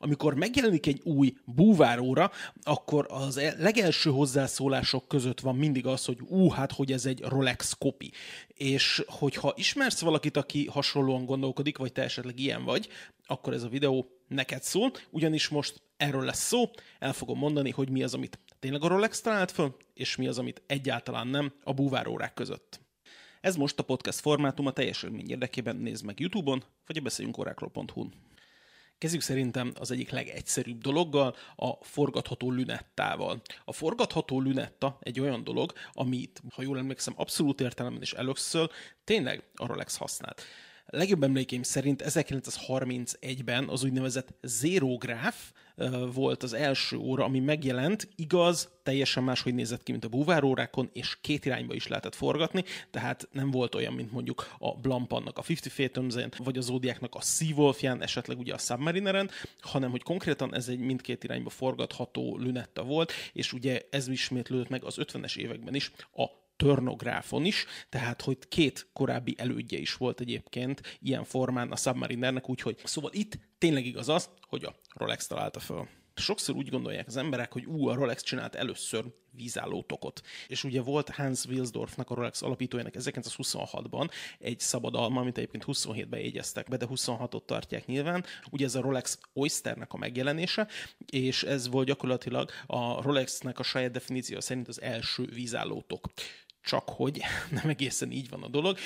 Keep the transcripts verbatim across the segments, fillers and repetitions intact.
Amikor megjelenik egy új búváróra, akkor az legelső hozzászólások között van mindig az, hogy ú, hát hogy ez egy Rolex kopi. És hogyha ismersz valakit, aki hasonlóan gondolkodik, vagy te esetleg ilyen vagy, akkor ez a videó neked szól, ugyanis most erről lesz szó, el fogom mondani, hogy mi az, amit tényleg a Rolex talált föl, és mi az, amit egyáltalán nem a búvárórák között. Ez most a podcast formátum, a teljes élmény érdekében nézd meg YouTube-on, vagy a beszéljünk órákról pont hu-n. Kezdjük szerintem az egyik legegyszerűbb dologgal, a forgatható lünettával. A forgatható lünetta egy olyan dolog, amit, ha jól emlékszem, abszolút értelemben is először tényleg a Rolex használt. Legjobb emlékeim szerint ezerkilencszázharmincegyben az úgynevezett Zero Graph volt az első óra, ami megjelent, igaz, teljesen máshogy nézett ki, mint a búvárórákon, és két irányba is lehetett forgatni, tehát nem volt olyan, mint mondjuk a Blancpain-nak a ötven Fathoms-en, vagy a Zodiacnak a Seawolfján, esetleg ugye a Submarineren, hanem hogy konkrétan ez egy mindkét irányba forgatható lünetta volt, és ugye ez ismétlődött meg az ötvenes években is a Turnográfon is, tehát hogy két korábbi elődje is volt egyébként ilyen formán a Submarinernek, úgyhogy szóval itt tényleg igaz az, hogy a Rolex találta föl. Sokszor úgy gondolják az emberek, hogy ú, a Rolex csinált először vízállótokot. És ugye volt Hans Wilsdorfnak, a Rolex alapítójának ezerkilencszázhuszonhatban egy szabadalma, amit egyébként huszonhétben jegyeztek be, de huszonhatot tartják nyilván. Ugye ez a Rolex Oysternek a megjelenése, és ez volt gyakorlatilag a Rolexnek a saját definíció szerint az első vízállótok. Csak hogy nem egészen így van a dolog.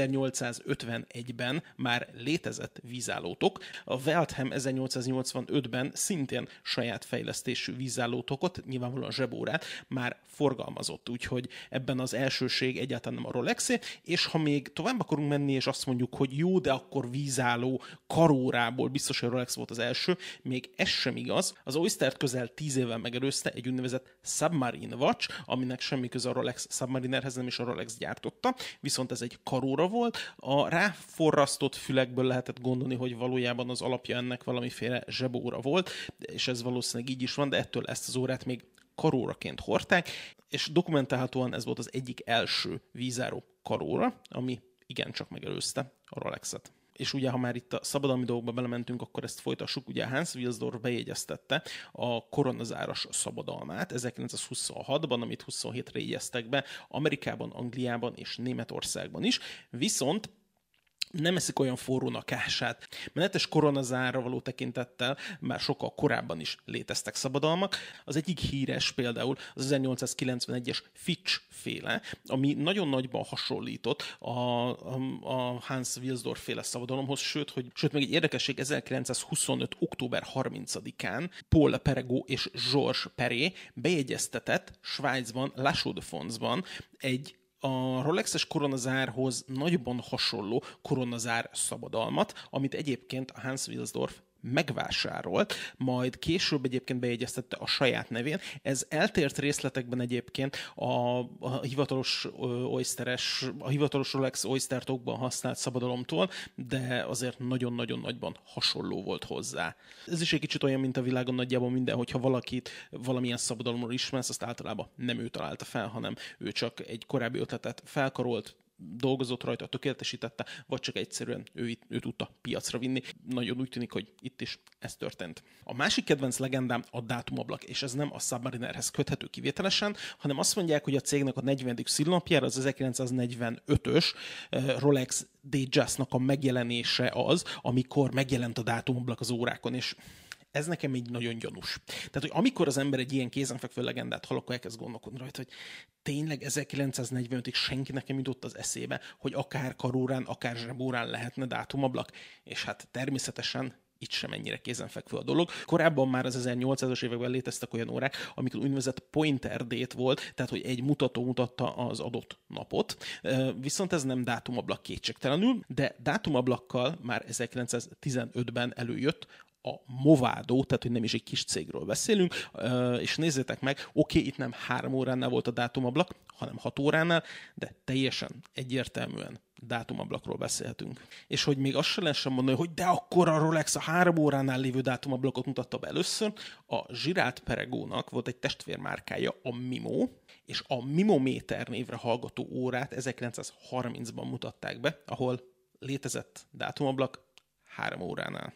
ezernyolcszázötvenegyben már létezett vízállótok. A Weltham ezernyolcszáznyolcvanötben szintén saját fejlesztésű vízállótokot, nyilvánvalóan zsebórát már forgalmazott, úgyhogy ebben az elsőség egyáltalán nem a Rolexé, és ha még tovább akarunk menni, és azt mondjuk, hogy jó, de akkor vízálló karórából biztos, hogy a Rolex volt az első, még ez sem igaz. Az Oystert közel tíz évvel megelőzte egy úgynevezett Submarine Watch, aminek semmi köze a Rolex Submariner, nem is a Rolex gyártotta, viszont ez egy karóra volt. A ráforrasztott fülekből lehetett gondolni, hogy valójában az alapja ennek valamiféle zsebóra volt, és ez valószínűleg így is van, de ettől ezt az órát még karóraként hordták, és dokumentálhatóan ez volt az egyik első vízáró karóra, ami igencsak megelőzte a Rolexet. És ugye, ha már itt a szabadalmi dolgokba belementünk, akkor ezt folytassuk. Ugye Hans Wilsdorf bejegyeztette a koronazáras szabadalmát ezerkilencszázhuszonhatban, amit huszonhétre jegyeztek be Amerikában, Angliában és Németországban is. Viszont nem eszik olyan forrónak ását. Menetes koronazára való tekintettel már sokkal korábban is léteztek szabadalmak. Az egyik híres például az ezernyolcszázkilencvenegyes Fitch féle, ami nagyon nagyban hasonlított a, a, a Hans Wilsdorf féle szabadalomhoz, sőt, hogy, sőt, még egy érdekesség, ezerkilencszázhuszonöt október harmincadikán Paul Perregaux és Georges Perret bejegyeztetett Svájcban, La Chaux-de-Fondsban egy a Rolexes koronazárhoz nagyban hasonló koronazár szabadalmat, amit egyébként a Hans Wilsdorf megvásárolt, majd később egyébként bejegyeztette a saját nevén. Ez eltért részletekben egyébként a, a hivatalos Oysteres, a hivatalos Rolex Oyster-tokban használt szabadalomtól, de azért nagyon-nagyon nagyban hasonló volt hozzá. Ez is egy kicsit olyan, mint a világon nagyjából minden, hogyha valakit valamilyen szabadalomról ismersz, azt általában nem ő találta fel, hanem ő csak egy korábbi ötletet felkarolt, dolgozott rajta, tökéletesítette, vagy csak egyszerűen ő, ő tudta piacra vinni. Nagyon úgy tűnik, hogy itt is ez történt. A másik kedvenc legendám a dátumablak, és ez nem a Submarinerhez köthető kivételesen, hanem azt mondják, hogy a cégnek a negyvenedik születésnapjára az ezerkilencszáznegyvenötös Rolex Datejust-nak a megjelenése az, amikor megjelent a dátumablak az órákon, és ez nekem így nagyon gyanús. Tehát, hogy amikor az ember egy ilyen kézenfekvő legendát hall, akkor elkezd gondolkodni rajta, hogy tényleg ezerkilencszáznegyvenötig senkinek nem jutott az eszébe, hogy akár karórán, akár zsebórán lehetne dátumablak, és hát természetesen itt sem ennyire kézenfekvő a dolog. Korábban már az ezernyolcszázas években léteztek olyan órák, amikor úgynevezett pointer date volt, tehát hogy egy mutató mutatta az adott napot, viszont ez nem dátumablak kétségtelenül, de dátumablakkal már ezerkilencszáztizenötben előjött a Movado, tehát hogy nem is egy kis cégről beszélünk, és nézzétek meg, oké, okay, itt nem három óránál volt a dátumablak, hanem hat óránál, de teljesen egyértelműen dátumablakról beszélhetünk. És hogy még azt se lehessen mondani, hogy de akkor a Rolex a három óránál lévő dátumablakot mutatta be először, a Girard-Perregauxnak volt egy testvérmárkája, a Mimo, és a Mimométer névre hallgató órát ezerkilencszázharmincban mutatták be, ahol létezett dátumablak három óránál.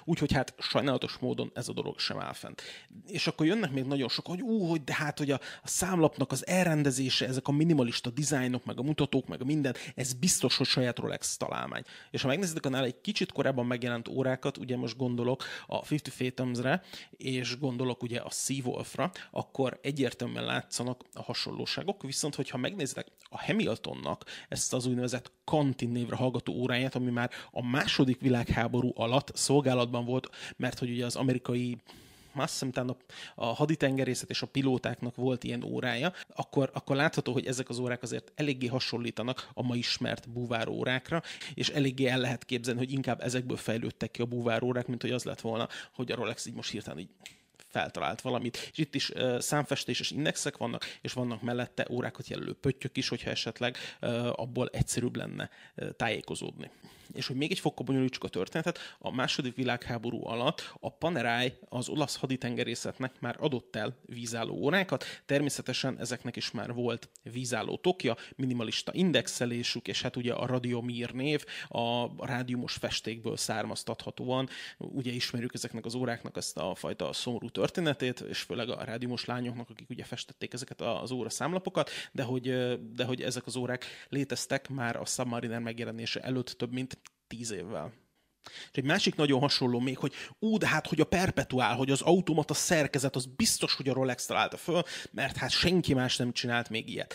Úgyhogy hát sajnálatos módon ez a dolog sem áll fent. És akkor jönnek még nagyon sok, hogy ú, hogy de hát, hogy a, a számlapnak az elrendezése, ezek a minimalista dizájnok, meg a mutatók, meg a minden, ez biztos, hogy saját Rolex találmány. És ha megnézitek a nála egy kicsit korábban megjelent órákat, ugye most gondolok a ötven Fathoms-re, és gondolok ugye a Seawolf-ra, akkor egyértelműen látszanak a hasonlóságok, viszont hogyha megnézitek a Hamiltonnak ezt az úgynevezett Kantin névre hallgató óráját, ami már a második világháború alatt szolgálatban volt, mert hogy ugye az amerikai azt hiszem, talán a haditengerészet és a pilótáknak volt ilyen órája, akkor, akkor látható, hogy ezek az órák azért eléggé hasonlítanak a ma ismert búvárórákra, és eléggé el lehet képzelni, hogy inkább ezekből fejlődtek ki a búvárórák, mint hogy az lett volna, hogy a Rolex így most hirtelen így feltalált valamit. És itt is uh, számfestéses indexek vannak, és vannak mellette órákat jelölő pöttyök is, hogyha esetleg uh, abból egyszerűbb lenne uh, tájékozódni. És hogy még egy fokkal bonyolítsuk a történetet, a második világháború alatt a Panerai az olasz haditengerészetnek már adott el vízálló órákat, természetesen ezeknek is már volt vízálló tokja, minimalista indexelésük, és hát ugye a Radiomir név a rádiumos festékből származtathatóan, ugye ismerjük ezeknek az óráknak ezt a fajta szomorú történetét, és főleg a rádiumos lányoknak, akik ugye festették ezeket az óra számlapokat, de hogy, de hogy ezek az órák léteztek már a Submariner megjelenése előtt több mint tíz évvel. És egy másik nagyon hasonló még, hogy ú, de hát, hogy a perpetuál, hogy az automata szerkezet, az biztos, hogy a Rolex találta föl, mert hát senki más nem csinált még ilyet.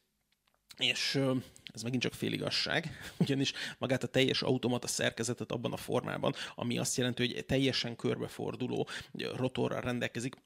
És ez megint csak féligasság, ugyanis magát a teljes automata szerkezetet abban a formában, ami azt jelenti, hogy teljesen körbeforduló rotorral rendelkezik,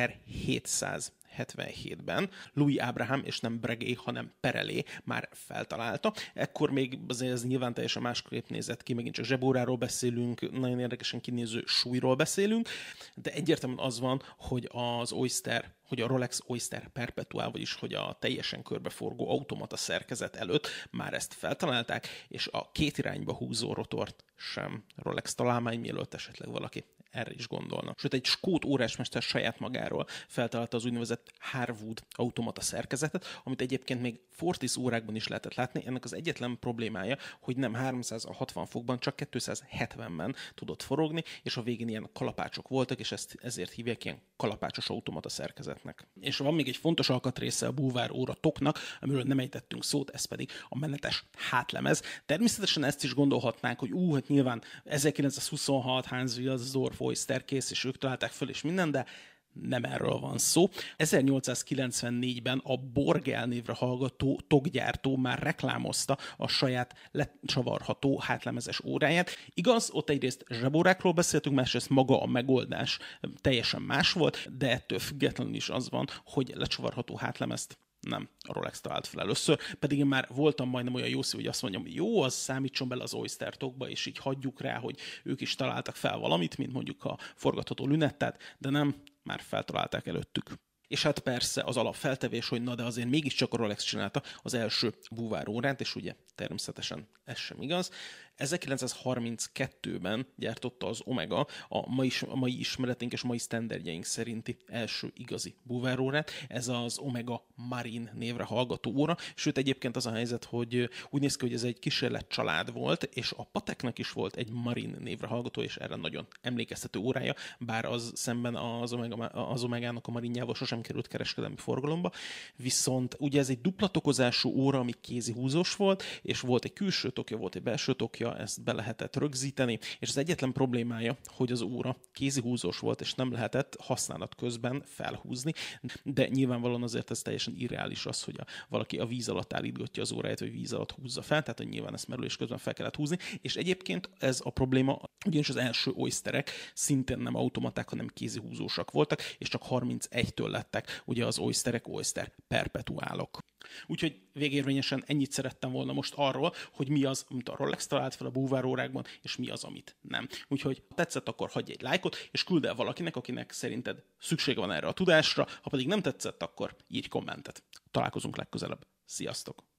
ezerhétszázhetvenhétben Louis Abraham, és nem Breguet, hanem Perelé már feltalálta. Ekkor még azért ez nyilván teljesen másképp nézett ki, megint csak zsebóráról beszélünk, nagyon érdekesen kinéző súlyról beszélünk, de egyértelműen az van, hogy az Oyster, hogy a Rolex Oyster Perpetual, vagyis hogy a teljesen körbeforgó automata szerkezet előtt már ezt feltalálták, és a két irányba húzó rotort sem Rolex találmány, mielőtt esetleg valaki erre is gondolna. Sőt, egy skót órásmester saját magáról feltalálta az úgynevezett Harwood automata szerkezetet, amit egyébként még Fortis órákban is lehetett látni. Ennek az egyetlen problémája, hogy nem háromszázhatvan fokban, csak kétszázhetvenben tudott forogni, és a végén ilyen kalapácsok voltak, és ezt ezért hívják ilyen kalapácsos automata szerkezetnek. És van még egy fontos alkatrésze a búvár óra toknak, amiről nem ejtettünk szót, ez pedig a menetes hátlemez. Természetesen ezt is gondolhatnánk, hogy ú, hát nyilván ezerkilencszázhuszonhat Hans Wilsdorf Oyster kész, és ők találták föl, és minden, de nem erről van szó. ezernyolcszázkilencvennégyben a Borgel névre hallgató tokgyártó már reklámozta a saját lecsavarható hátlemezes óráját. Igaz, ott egyrészt zsebórákról beszéltünk, másrészt maga a megoldás teljesen más volt, de ettől függetlenül is az van, hogy lecsavarható hátlemezt nem, a Rolex talált fel először, pedig én már voltam majdnem olyan jó szív, hogy azt mondjam, hogy jó, az számítson bele az Oyster tokba, és így hagyjuk rá, hogy ők is találtak fel valamit, mint mondjuk a forgatható lünettát, de nem, már feltalálták előttük. És hát persze az alapfeltevés, hogy na de azért mégiscsak a Rolex csinálta az első búvárórát, és ugye természetesen ez sem igaz. ezerkilencszázharminckettőben gyártotta az Omega a mai, a mai ismeretünk és mai sztenderdjeink szerinti első igazi búvárórát. Ez az Omega Marine névre hallgató óra, sőt egyébként az a helyzet, hogy úgy néz ki, hogy ez egy kísérlet család volt, és a Pateknak is volt egy Marine névre hallgató, és erre nagyon emlékeztető órája, bár az szemben az, Omega, az Omegának a Marinjával sosem került kereskedelmi forgalomba, viszont ugye ez egy dupla tokozású óra, ami kézi húzós volt, és volt egy külső tokja, volt egy belső tokja, ezt be lehetett rögzíteni, és az egyetlen problémája, hogy az óra kézi húzós volt, és nem lehetett használat közben felhúzni, de nyilvánvalóan azért ez teljesen irreális az, hogy a, valaki a víz alatt állítgatja az óráját, vagy víz alatt húzza fel, tehát hogy nyilván ezt merülés közben fel kellett húzni, és egyébként ez a probléma, ugyanis az első Oysterek szintén nem automaták, hanem kézi húzósak voltak, és csak harmincegytől lettek ugye az Oysterek Oyster Perpetuálok. Úgyhogy végérvényesen ennyit szerettem volna most arról, hogy mi az, amit a Rolex talált fel a búvárórákban, és mi az, amit nem. Úgyhogy ha tetszett, akkor hagyj egy lájkot, és küld el valakinek, akinek szerinted szükség van erre a tudásra, ha pedig nem tetszett, akkor írj kommentet. Találkozunk legközelebb. Sziasztok!